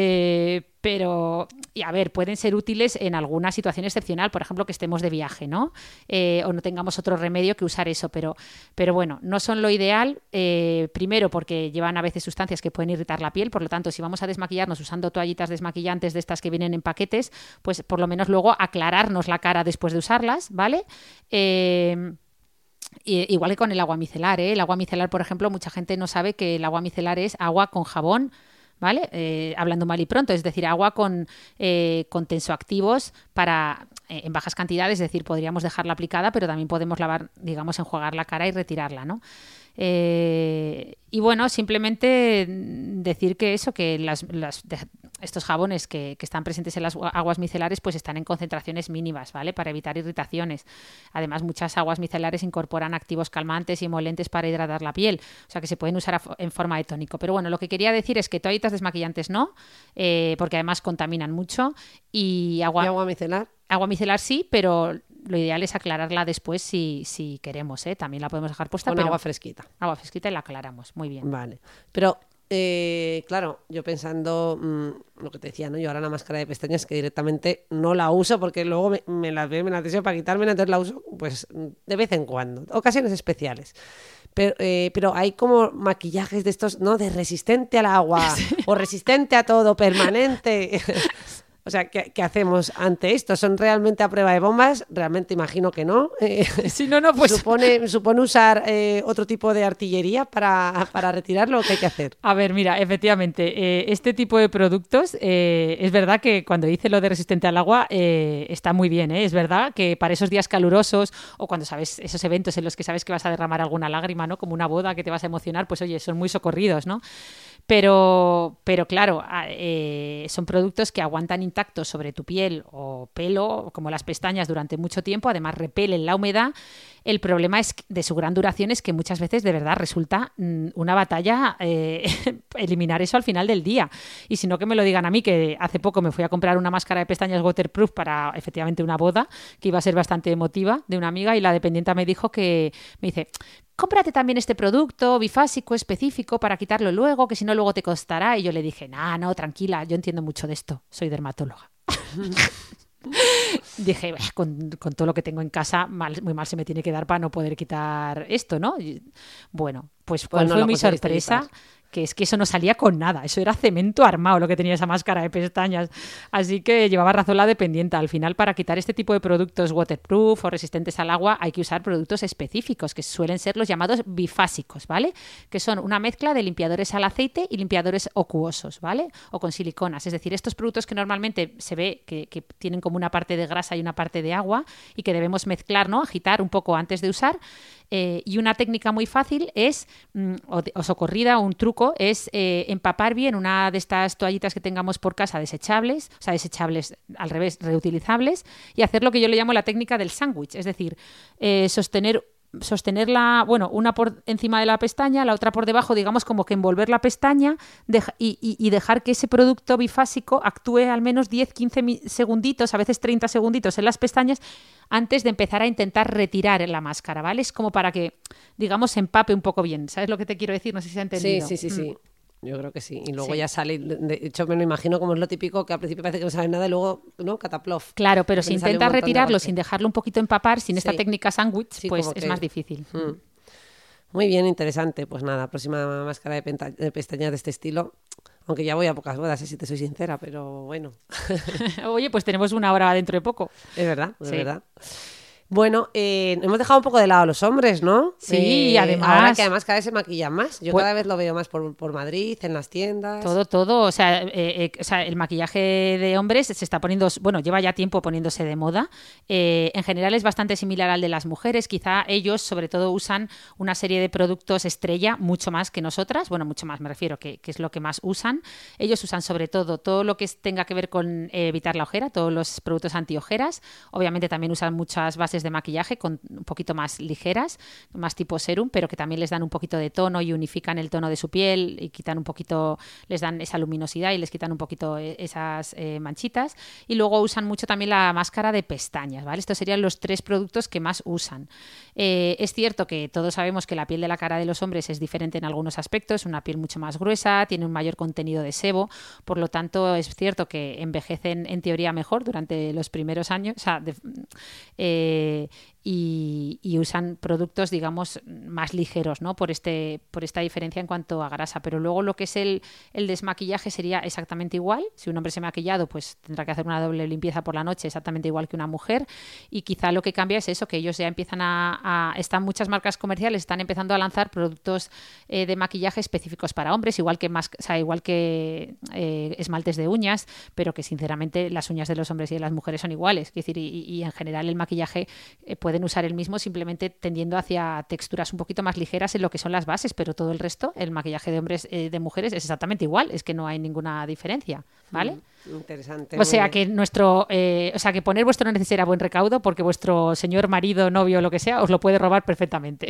Pero, y a ver, pueden ser útiles en alguna situación excepcional, por ejemplo, que estemos de viaje, ¿no? O no tengamos otro remedio que usar eso, pero bueno, no son lo ideal, primero porque llevan a veces sustancias que pueden irritar la piel, por lo tanto, si vamos a desmaquillarnos usando toallitas desmaquillantes de estas que vienen en paquetes, pues por lo menos luego aclararnos la cara después de usarlas, ¿vale? igual que con el agua micelar, ¿eh? El agua micelar, por ejemplo, mucha gente no sabe que el agua micelar es agua con jabón, ¿vale? Hablando mal y pronto, es decir, agua con tensoactivos para en bajas cantidades, es decir, podríamos dejarla aplicada, pero también podemos lavar, digamos, enjuagar la cara y retirarla, ¿no? Y bueno, simplemente decir que eso, que estos jabones que están presentes en las aguas micelares pues están en concentraciones mínimas, ¿vale? Para evitar irritaciones. Además, muchas aguas micelares incorporan activos calmantes y emolientes para hidratar la piel, o sea que se pueden usar en forma de tónico. Pero bueno, lo que quería decir es que toallitas desmaquillantes no, porque además contaminan mucho, y agua micelar. Agua micelar sí, pero lo ideal es aclararla después si queremos, ¿eh? También la podemos dejar puesta. Con agua fresquita. Agua fresquita y la aclaramos, muy bien. Vale, pero claro, yo pensando lo que te decía, ¿no? Yo ahora la máscara de pestañas que directamente no la uso porque luego me la deseo para quitármela, entonces la uso pues de vez en cuando, ocasiones especiales. Pero hay como maquillajes de estos, ¿no? De resistente al agua o resistente a todo, permanente. O sea, ¿qué hacemos ante esto? ¿Son realmente a prueba de bombas? Realmente imagino que no. Si no, pues... ¿Supone usar otro tipo de artillería para retirarlo? ¿Qué hay que hacer? A ver, mira, efectivamente, este tipo de productos, es verdad que cuando dice lo de resistente al agua, está muy bien, ¿eh? Es verdad que para esos días calurosos o cuando sabes esos eventos en los que sabes que vas a derramar alguna lágrima, ¿no? Como una boda que te vas a emocionar, pues oye, son muy socorridos, ¿no? Pero claro, son productos que aguantan intactos sobre tu piel o pelo, como las pestañas, durante mucho tiempo. Además, repelen la humedad. El problema de su gran duración es que muchas veces de verdad resulta una batalla eliminar eso al final del día. Y si no, que me lo digan a mí, que hace poco me fui a comprar una máscara de pestañas waterproof para efectivamente una boda, que iba a ser bastante emotiva, de una amiga, y la dependienta me dice, cómprate también este producto bifásico específico para quitarlo luego, que si no luego te costará. Y yo le dije, no, tranquila, yo entiendo mucho de esto, soy dermatóloga. Dije, con todo lo que tengo en casa, muy mal se me tiene que dar para no poder quitar esto, ¿no? Y, bueno, pues ¿cuál fue mi sorpresa? Que es que eso no salía con nada, eso era cemento armado lo que tenía esa máscara de pestañas. Así que llevaba razón la dependienta. Al final, para quitar este tipo de productos waterproof o resistentes al agua, hay que usar productos específicos, que suelen ser los llamados bifásicos, ¿vale? Que son una mezcla de limpiadores al aceite y limpiadores acuosos, ¿vale? O con siliconas. Es decir, estos productos que normalmente se ve que tienen como una parte de grasa y una parte de agua y que debemos mezclar, ¿no? Agitar un poco antes de usar. Y una técnica muy fácil es, o socorrida, un truco, es empapar bien una de estas toallitas que tengamos por casa desechables, o sea, desechables al revés, reutilizables, y hacer lo que yo le llamo la técnica del sándwich, es decir, sostenerla, bueno, una por encima de la pestaña, la otra por debajo, digamos como que envolver la pestaña y dejar que ese producto bifásico actúe al menos 10-15 segunditos, a veces 30 segunditos en las pestañas antes de empezar a intentar retirar la máscara, ¿vale? Es como para que, digamos, se empape un poco bien. ¿Sabes lo que te quiero decir? No sé si se ha entendido. Sí. Yo creo que sí. Y luego ya sale, de hecho me lo imagino como es lo típico, que al principio parece que no sabe nada y luego, ¿no? Cataplof. Claro, pero si intentas retirarlo sin dejarlo un poquito empapar, sin esta técnica sándwich, pues es más difícil. Muy bien, interesante. Pues nada, próxima máscara de pestañas de este estilo. Aunque ya voy a pocas bodas, si te soy sincera, pero bueno. Oye, pues tenemos una hora dentro de poco. Es verdad, es verdad. Bueno, hemos dejado un poco de lado a los hombres, ¿no? Sí, además... Ahora que además cada vez se maquillan más. Yo cada vez lo veo más por Madrid, en las tiendas. Todo. O sea, el maquillaje de hombres se está poniendo... Bueno, lleva ya tiempo poniéndose de moda. En general es bastante similar al de las mujeres. Quizá ellos, sobre todo, usan una serie de productos estrella mucho más que nosotras. Bueno, mucho más me refiero, que es lo que más usan. Ellos usan sobre todo lo que tenga que ver con evitar la ojera, todos los productos antiojeras. Obviamente también usan muchas bases de maquillaje con un poquito más ligeras, más tipo serum, pero que también les dan un poquito de tono y unifican el tono de su piel y quitan un poquito, les dan esa luminosidad y les quitan un poquito esas manchitas. Y luego usan mucho también la máscara de pestañas, ¿vale? Estos serían los 3 productos que más usan. Es cierto que todos sabemos que la piel de la cara de los hombres es diferente en algunos aspectos, una piel mucho más gruesa, tiene un mayor contenido de sebo, por lo tanto es cierto que envejecen en teoría mejor durante los primeros años, o sea, y usan productos, digamos, más ligeros, ¿no? Por esta diferencia en cuanto a grasa. Pero luego lo que es el desmaquillaje sería exactamente igual. Si un hombre se ha maquillado, pues tendrá que hacer una doble limpieza por la noche, exactamente igual que una mujer. Y quizá lo que cambia es eso, que ellos ya empiezan están muchas marcas comerciales, están empezando a lanzar productos de maquillaje específicos para hombres, igual que esmaltes de uñas, pero que sinceramente las uñas de los hombres y de las mujeres son iguales. Es decir, y en general el maquillaje pueden usar el mismo, simplemente tendiendo hacia texturas un poquito más ligeras en lo que son las bases, pero todo el resto, el maquillaje de hombres de mujeres es exactamente igual, es que no hay ninguna diferencia, ¿vale? Interesante. O sea que que poner vuestro neceser a buen recaudo, porque vuestro señor marido, novio o lo que sea, os lo puede robar perfectamente.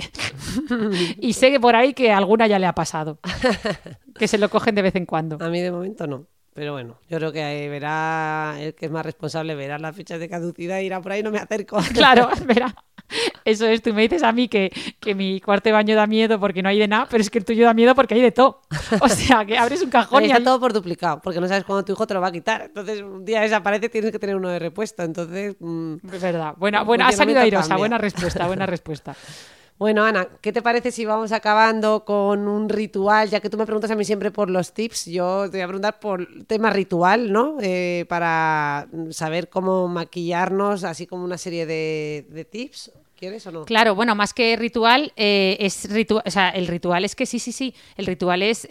Y sé que por ahí que alguna ya le ha pasado, que se lo cogen de vez en cuando. A mí de momento no. Pero bueno, yo creo que verá, el que es más responsable verá las fechas de caducidad e irá por ahí, no me acerco. Claro, verá. Eso es, tú me dices a mí que mi cuarto de baño da miedo porque no hay de nada, pero es que el tuyo da miedo porque hay de todo. O sea, que abres un cajón y está hay... todo por duplicado, porque no sabes cuándo tu hijo te lo va a quitar. Entonces, un día desaparece, tienes que tener uno de repuesto. Entonces, es verdad. Buena, ha salido airosa, buena respuesta. Bueno, Ana, ¿qué te parece si vamos acabando con un ritual? Ya que tú me preguntas a mí siempre por los tips, yo te voy a preguntar por tema ritual, ¿no? Para saber cómo maquillarnos, así como una serie de tips. ¿Quieres o no? Claro, bueno, más que ritual, es ritual, o sea, el ritual es que sí. El ritual es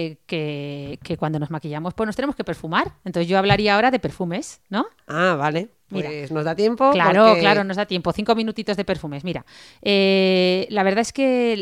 que cuando nos maquillamos, pues nos tenemos que perfumar. Entonces yo hablaría ahora de perfumes, ¿no? Ah, vale. Pues mira, nos da tiempo. Claro, nos da tiempo. 5 minutitos de perfumes. Mira, la verdad es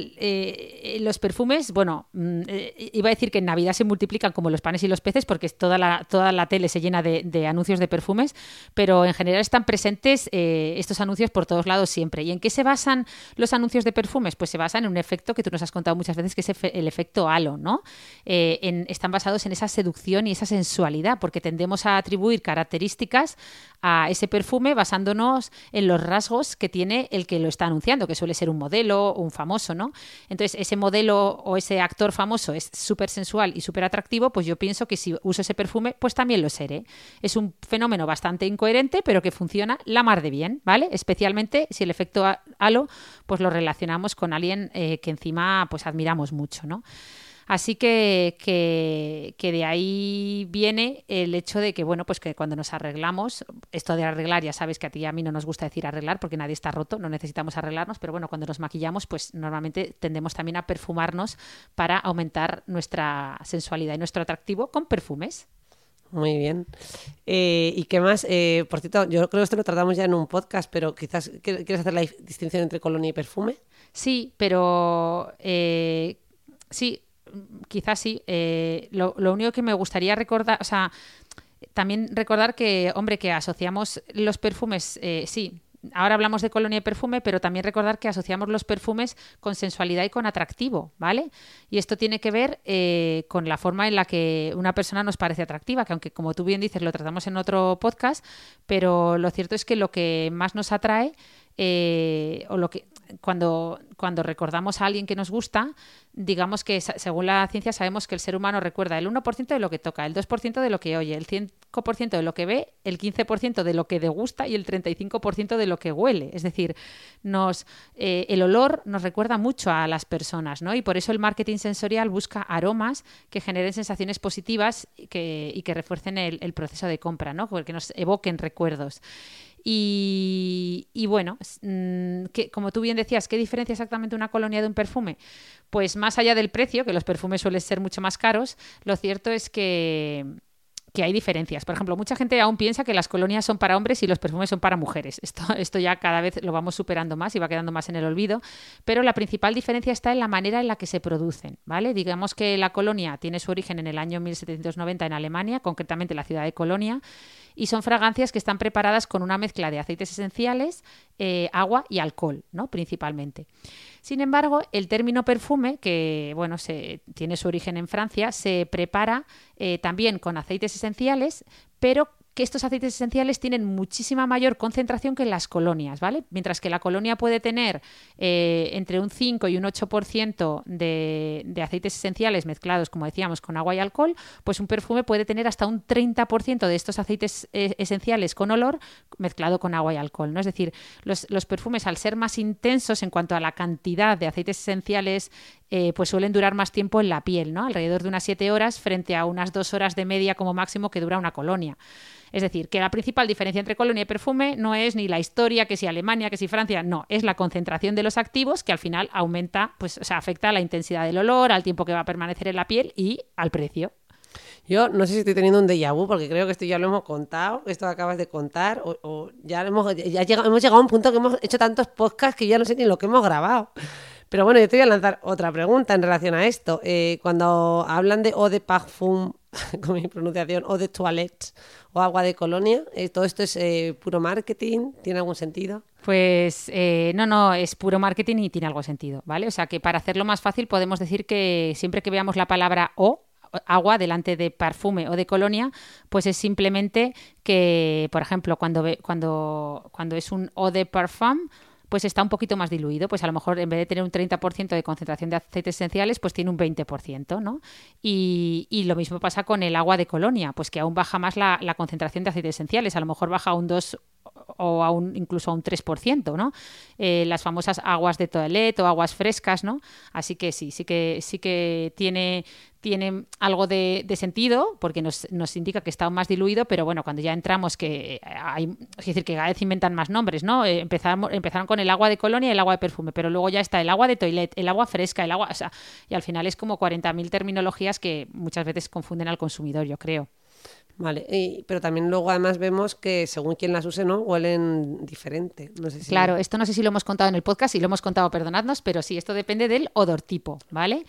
que los perfumes, bueno, iba a decir que en Navidad se multiplican como los panes y los peces porque toda la tele se llena de anuncios de perfumes, pero en general están presentes estos anuncios por todos lados siempre. ¿Y en qué se basan los anuncios de perfumes? Pues se basan en un efecto que tú nos has contado muchas veces, que es el efecto halo, ¿no? Están basados en esa seducción y esa sensualidad, porque tendemos a atribuir características a ese perfume basándonos en los rasgos que tiene el que lo está anunciando, que suele ser un modelo o un famoso, ¿no? Entonces, ese modelo o ese actor famoso es súper sensual y súper atractivo, pues yo pienso que si uso ese perfume, pues también lo seré. Es un fenómeno bastante incoherente, pero que funciona la mar de bien, ¿vale? Especialmente si el efecto halo, pues lo relacionamos con alguien que encima pues admiramos mucho, ¿no? Así que de ahí viene el hecho de que, bueno, pues que cuando nos arreglamos, esto de arreglar, ya sabes que a ti y a mí no nos gusta decir arreglar porque nadie está roto, no necesitamos arreglarnos, pero bueno, cuando nos maquillamos, pues normalmente tendemos también a perfumarnos para aumentar nuestra sensualidad y nuestro atractivo con perfumes. Muy bien. ¿Y qué más? Por cierto, yo creo que esto lo tratamos ya en un podcast, pero quizás ¿quieres hacer la distinción entre colonia y perfume? Sí, pero sí. Quizás sí. Lo único que me gustaría recordar, o sea, también recordar que, hombre, que asociamos los perfumes, sí, ahora hablamos de colonia y perfume, pero también recordar que asociamos los perfumes con sensualidad y con atractivo, ¿vale? Y esto tiene que ver con la forma en la que una persona nos parece atractiva, que aunque, como tú bien dices, lo tratamos en otro podcast, pero lo cierto es que lo que más nos atrae o lo que cuando recordamos a alguien que nos gusta, digamos que según la ciencia sabemos que el ser humano recuerda el 1% de lo que toca, el 2% de lo que oye, el 5% de lo que ve, el 15% de lo que degusta y el 35% de lo que huele. Es decir, el olor nos recuerda mucho a las personas, ¿no? Y por eso el marketing sensorial busca aromas que generen sensaciones positivas y que refuercen el proceso de compra, ¿no? Que nos evoquen recuerdos. Y bueno, como tú bien decías, ¿qué diferencia exactamente una colonia de un perfume? Pues más allá del precio, que los perfumes suelen ser mucho más caros, lo cierto es que hay diferencias. Por ejemplo, mucha gente aún piensa que las colonias son para hombres y los perfumes son para mujeres. Esto ya cada vez lo vamos superando más y va quedando más en el olvido, pero la principal diferencia está en la manera en la que se producen, ¿vale? Digamos que la colonia tiene su origen en el año 1790 en Alemania, concretamente en la ciudad de Colonia, y son fragancias que están preparadas con una mezcla de aceites esenciales, agua y alcohol, ¿no? Principalmente. Sin embargo, el término perfume, que bueno, tiene su origen en Francia, se prepara también con aceites esenciales, pero que estos aceites esenciales tienen muchísima mayor concentración que las colonias, ¿vale? Mientras que la colonia puede tener entre un 5 y un 8% de aceites esenciales mezclados, como decíamos, con agua y alcohol, pues un perfume puede tener hasta un 30% de estos aceites esenciales con olor mezclado con agua y alcohol, ¿no? Es decir, los perfumes, al ser más intensos en cuanto a la cantidad de aceites esenciales, pues suelen durar más tiempo en la piel, ¿no? Alrededor de unas 7 horas frente a unas 2 horas de media como máximo que dura una colonia. Es decir, que la principal diferencia entre colonia y perfume no es ni la historia, que si Alemania, que si Francia, no, es la concentración de los activos que al final aumenta, pues, o sea, afecta a la intensidad del olor, al tiempo que va a permanecer en la piel y al precio. Yo no sé si estoy teniendo un déjà vu, porque creo que esto ya lo hemos contado, esto que acabas de contar, o ya hemos llegado a un punto que hemos hecho tantos podcasts que ya no sé ni lo que hemos grabado. Pero bueno, yo te voy a lanzar otra pregunta en relación a esto. Cuando hablan de eau de parfum, con mi pronunciación, eau de toilette o agua de colonia, ¿todo esto es puro marketing? ¿Tiene algún sentido? Pues no, es puro marketing y tiene algo de sentido, ¿vale? O sea, que para hacerlo más fácil podemos decir que siempre que veamos la palabra agua delante de perfume o de colonia, pues es simplemente que, por ejemplo, cuando es un eau de parfum, pues está un poquito más diluido, pues a lo mejor en vez de tener un 30% de concentración de aceites esenciales, pues tiene un 20%, ¿no? Y lo mismo pasa con el agua de colonia, pues que aún baja más la concentración de aceites esenciales, a lo mejor baja a un 2 o incluso a un 3%, ¿no? Las famosas aguas de toilette o aguas frescas, ¿no? Así que sí que tiene algo de sentido, porque nos indica que está aún más diluido, pero bueno, cuando ya entramos es decir, que cada vez inventan más nombres, ¿no? Empezaron con el agua de colonia y el agua de perfume, pero luego ya está el agua de toilette, el agua fresca, o sea, y al final es como 40.000 terminologías que muchas veces confunden al consumidor, yo creo. Vale, pero también luego además vemos que según quien las use, ¿no? Huelen diferente. No sé si... Claro, esto no sé si lo hemos contado en el podcast, si lo hemos contado, perdonadnos, pero sí, esto depende del odortipo, ¿vale?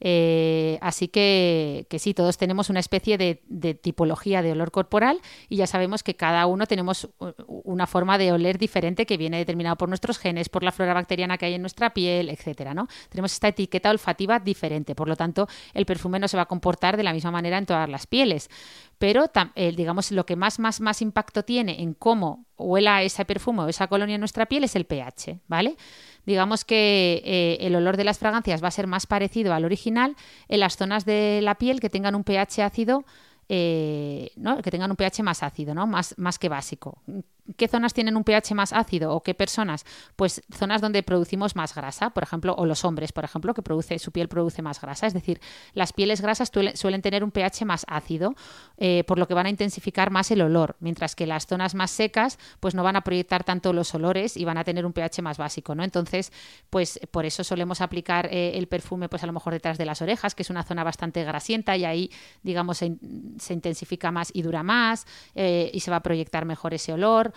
Así que sí, todos tenemos una especie de tipología de olor corporal y ya sabemos que cada uno tenemos una forma de oler diferente que viene determinado por nuestros genes, por la flora bacteriana que hay en nuestra piel, etcétera, ¿no? Tenemos esta etiqueta olfativa diferente, por lo tanto, el perfume no se va a comportar de la misma manera en todas las pieles. Pero, digamos, lo que más impacto tiene en cómo huela ese perfume o esa colonia en nuestra piel es el pH, ¿vale? Digamos que el olor de las fragancias va a ser más parecido al original en las zonas de la piel que tengan un pH ácido, ¿no? Que tengan un pH más ácido, ¿no? Más que básico. ¿Qué zonas tienen un pH más ácido o qué personas? Pues zonas donde producimos más grasa, por ejemplo, o los hombres, por ejemplo, que su piel produce más grasa. Es decir, las pieles grasas suelen tener un pH más ácido, por lo que van a intensificar más el olor, mientras que las zonas más secas pues no van a proyectar tanto los olores y van a tener un pH más básico, ¿no? Entonces, pues por eso solemos aplicar el perfume pues a lo mejor detrás de las orejas, que es una zona bastante grasienta y ahí, digamos, se intensifica más y dura más, y se va a proyectar mejor ese olor.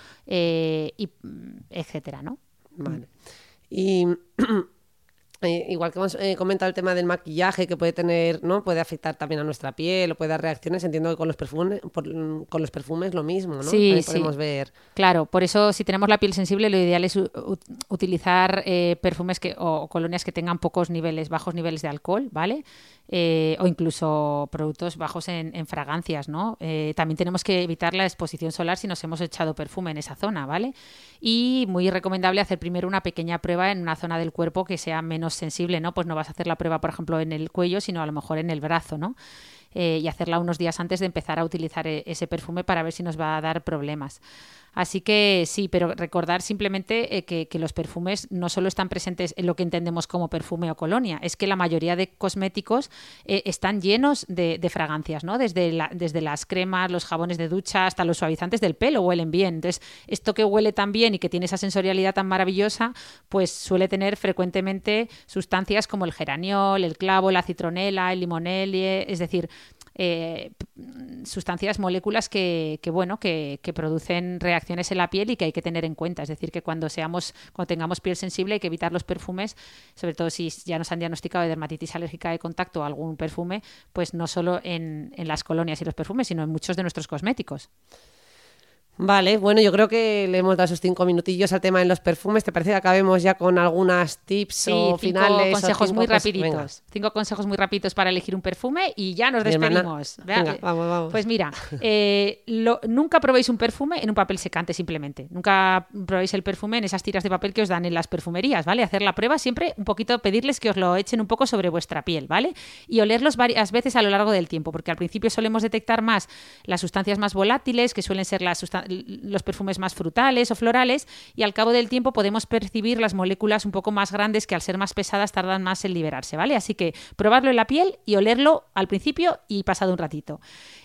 Y etcétera, ¿no? Vale. Y igual que hemos comentado el tema del maquillaje que puede tener, ¿no? Puede afectar también a nuestra piel o puede dar reacciones. Entiendo que con los perfumes lo mismo, ¿no? Sí, también podemos ver. Claro, por eso si tenemos la piel sensible lo ideal es utilizar perfumes o colonias que tengan bajos niveles de alcohol, ¿vale? O incluso productos bajos en fragancias, ¿no? También tenemos que evitar la exposición solar si nos hemos echado perfume en esa zona, ¿vale? Y muy recomendable hacer primero una pequeña prueba en una zona del cuerpo que sea menos sensible, ¿no? Pues no vas a hacer la prueba, por ejemplo, en el cuello, sino a lo mejor en el brazo, ¿no? Y hacerla unos días antes de empezar a utilizar ese perfume para ver si nos va a dar problemas. Así que sí, pero recordar simplemente que los perfumes no solo están presentes en lo que entendemos como perfume o colonia, es que la mayoría de cosméticos están llenos de fragancias, ¿no? Desde las cremas, los jabones de ducha hasta los suavizantes del pelo huelen bien. Entonces, esto que huele tan bien y que tiene esa sensorialidad tan maravillosa, pues suele tener frecuentemente sustancias como el geraniol, el clavo, la citronela, el limonelle, es decir, sustancias, moléculas que producen reacciones en la piel y que hay que tener en cuenta. Es decir, que cuando tengamos piel sensible hay que evitar los perfumes, sobre todo si ya nos han diagnosticado de dermatitis alérgica de contacto o algún perfume, pues no solo en las colonias y los perfumes, sino en muchos de nuestros cosméticos. Vale, bueno, yo creo que le hemos dado esos 5 minutillos al tema de los perfumes. ¿Te parece que acabemos ya con algunas tips Sí, o 5 finales? consejos muy rapiditos. Venga. 5 consejos muy rapiditos para elegir un perfume y ya nos Mi hermana. despedimos. Venga, vamos. Pues mira, nunca probéis un perfume en un papel secante simplemente. Nunca probéis el perfume en esas tiras de papel que os dan en las perfumerías, ¿vale? Hacer la prueba siempre un poquito, pedirles que os lo echen un poco sobre vuestra piel, ¿vale? Y olerlos varias veces a lo largo del tiempo, porque al principio solemos detectar más las sustancias más volátiles, que suelen ser los perfumes más frutales o florales, y al cabo del tiempo podemos percibir las moléculas un poco más grandes que al ser más pesadas tardan más en liberarse, ¿vale? Así que probarlo en la piel y olerlo al principio y pasado un ratito.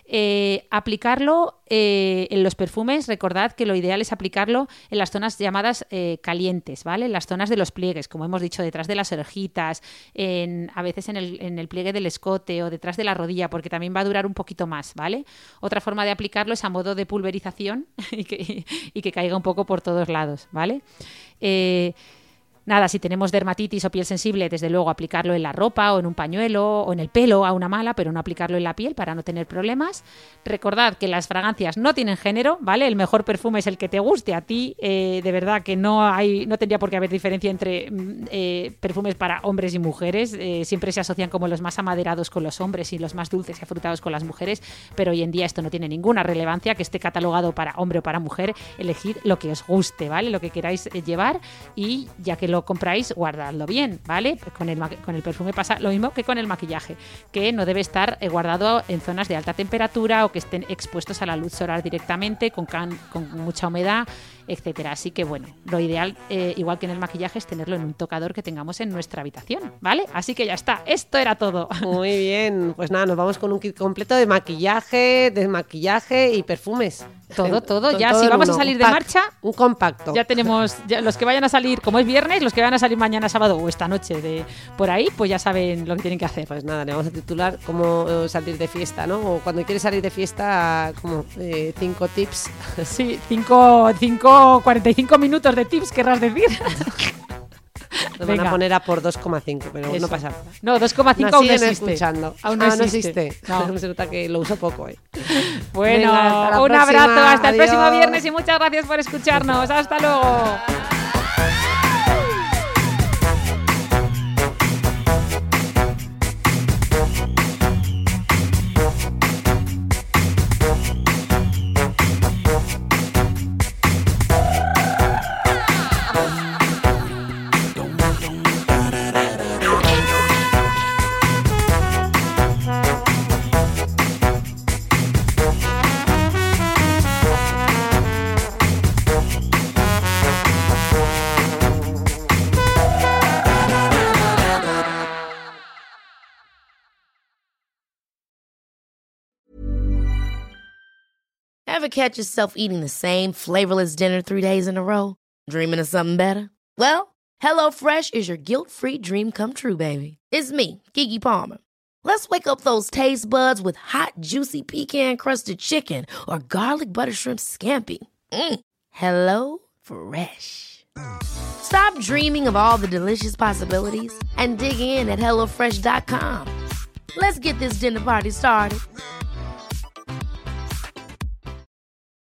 Aplicarlo en los perfumes, recordad que lo ideal es aplicarlo en las zonas llamadas calientes, ¿vale? En las zonas de los pliegues, como hemos dicho, detrás de las orejitas, a veces en el pliegue del escote o detrás de la rodilla, porque también va a durar un poquito más, ¿vale? Otra forma de aplicarlo es a modo de pulverización y que caiga un poco por todos lados, ¿vale? Nada, si tenemos dermatitis o piel sensible, desde luego aplicarlo en la ropa o en un pañuelo o en el pelo a una mala, pero no aplicarlo en la piel para no tener problemas. Recordad que las fragancias no tienen género, ¿vale? El mejor perfume es el que te guste a ti. De verdad que no tendría por qué haber diferencia entre perfumes para hombres y mujeres. Siempre se asocian como los más amaderados con los hombres y los más dulces y afrutados con las mujeres, pero hoy en día esto no tiene ninguna relevancia, que esté catalogado para hombre o para mujer. Elegid lo que os guste, ¿vale? Lo que queráis llevar, y ya que lo compráis, guardadlo bien, ¿vale? Con el perfume pasa lo mismo que con el maquillaje, que no debe estar guardado en zonas de alta temperatura o que estén expuestos a la luz solar directamente, con mucha humedad, etcétera. Así que bueno, lo ideal, igual que en el maquillaje, es tenerlo en un tocador que tengamos en nuestra habitación, ¿vale? Así que ya está, esto era todo. Muy bien, pues nada, nos vamos con un kit completo de maquillaje, desmaquillaje y perfumes. Todo, ya si vamos a salir de marcha, un compacto. Ya tenemos, los que vayan a salir, como es viernes, los que vayan a salir mañana sábado o esta noche de por ahí, pues ya saben lo que tienen que hacer. Pues nada, le vamos a titular cómo salir de fiesta, ¿no? O cuando quieres salir de fiesta, como 5 tips. Sí, 45 minutos de tips, querrás decir. Nos van a poner a por 2,5, pero eso. No pasa nada. No, 2,5 nos aún no siguen existe. Escuchando. Aún no existe. No. Se nota que lo uso poco, Bueno, venga, un abrazo, hasta Adiós. el próximo viernes y muchas gracias por escucharnos. Hasta luego. Ever catch yourself eating the same flavorless dinner 3 days in a row? Dreaming of something better? Well, HelloFresh is your guilt-free dream come true, baby. It's me, Keke Palmer. Let's wake up those taste buds with hot, juicy pecan-crusted chicken or garlic butter shrimp scampi. Hello Fresh. Stop dreaming of all the delicious possibilities and dig in at HelloFresh.com. Let's get this dinner party started.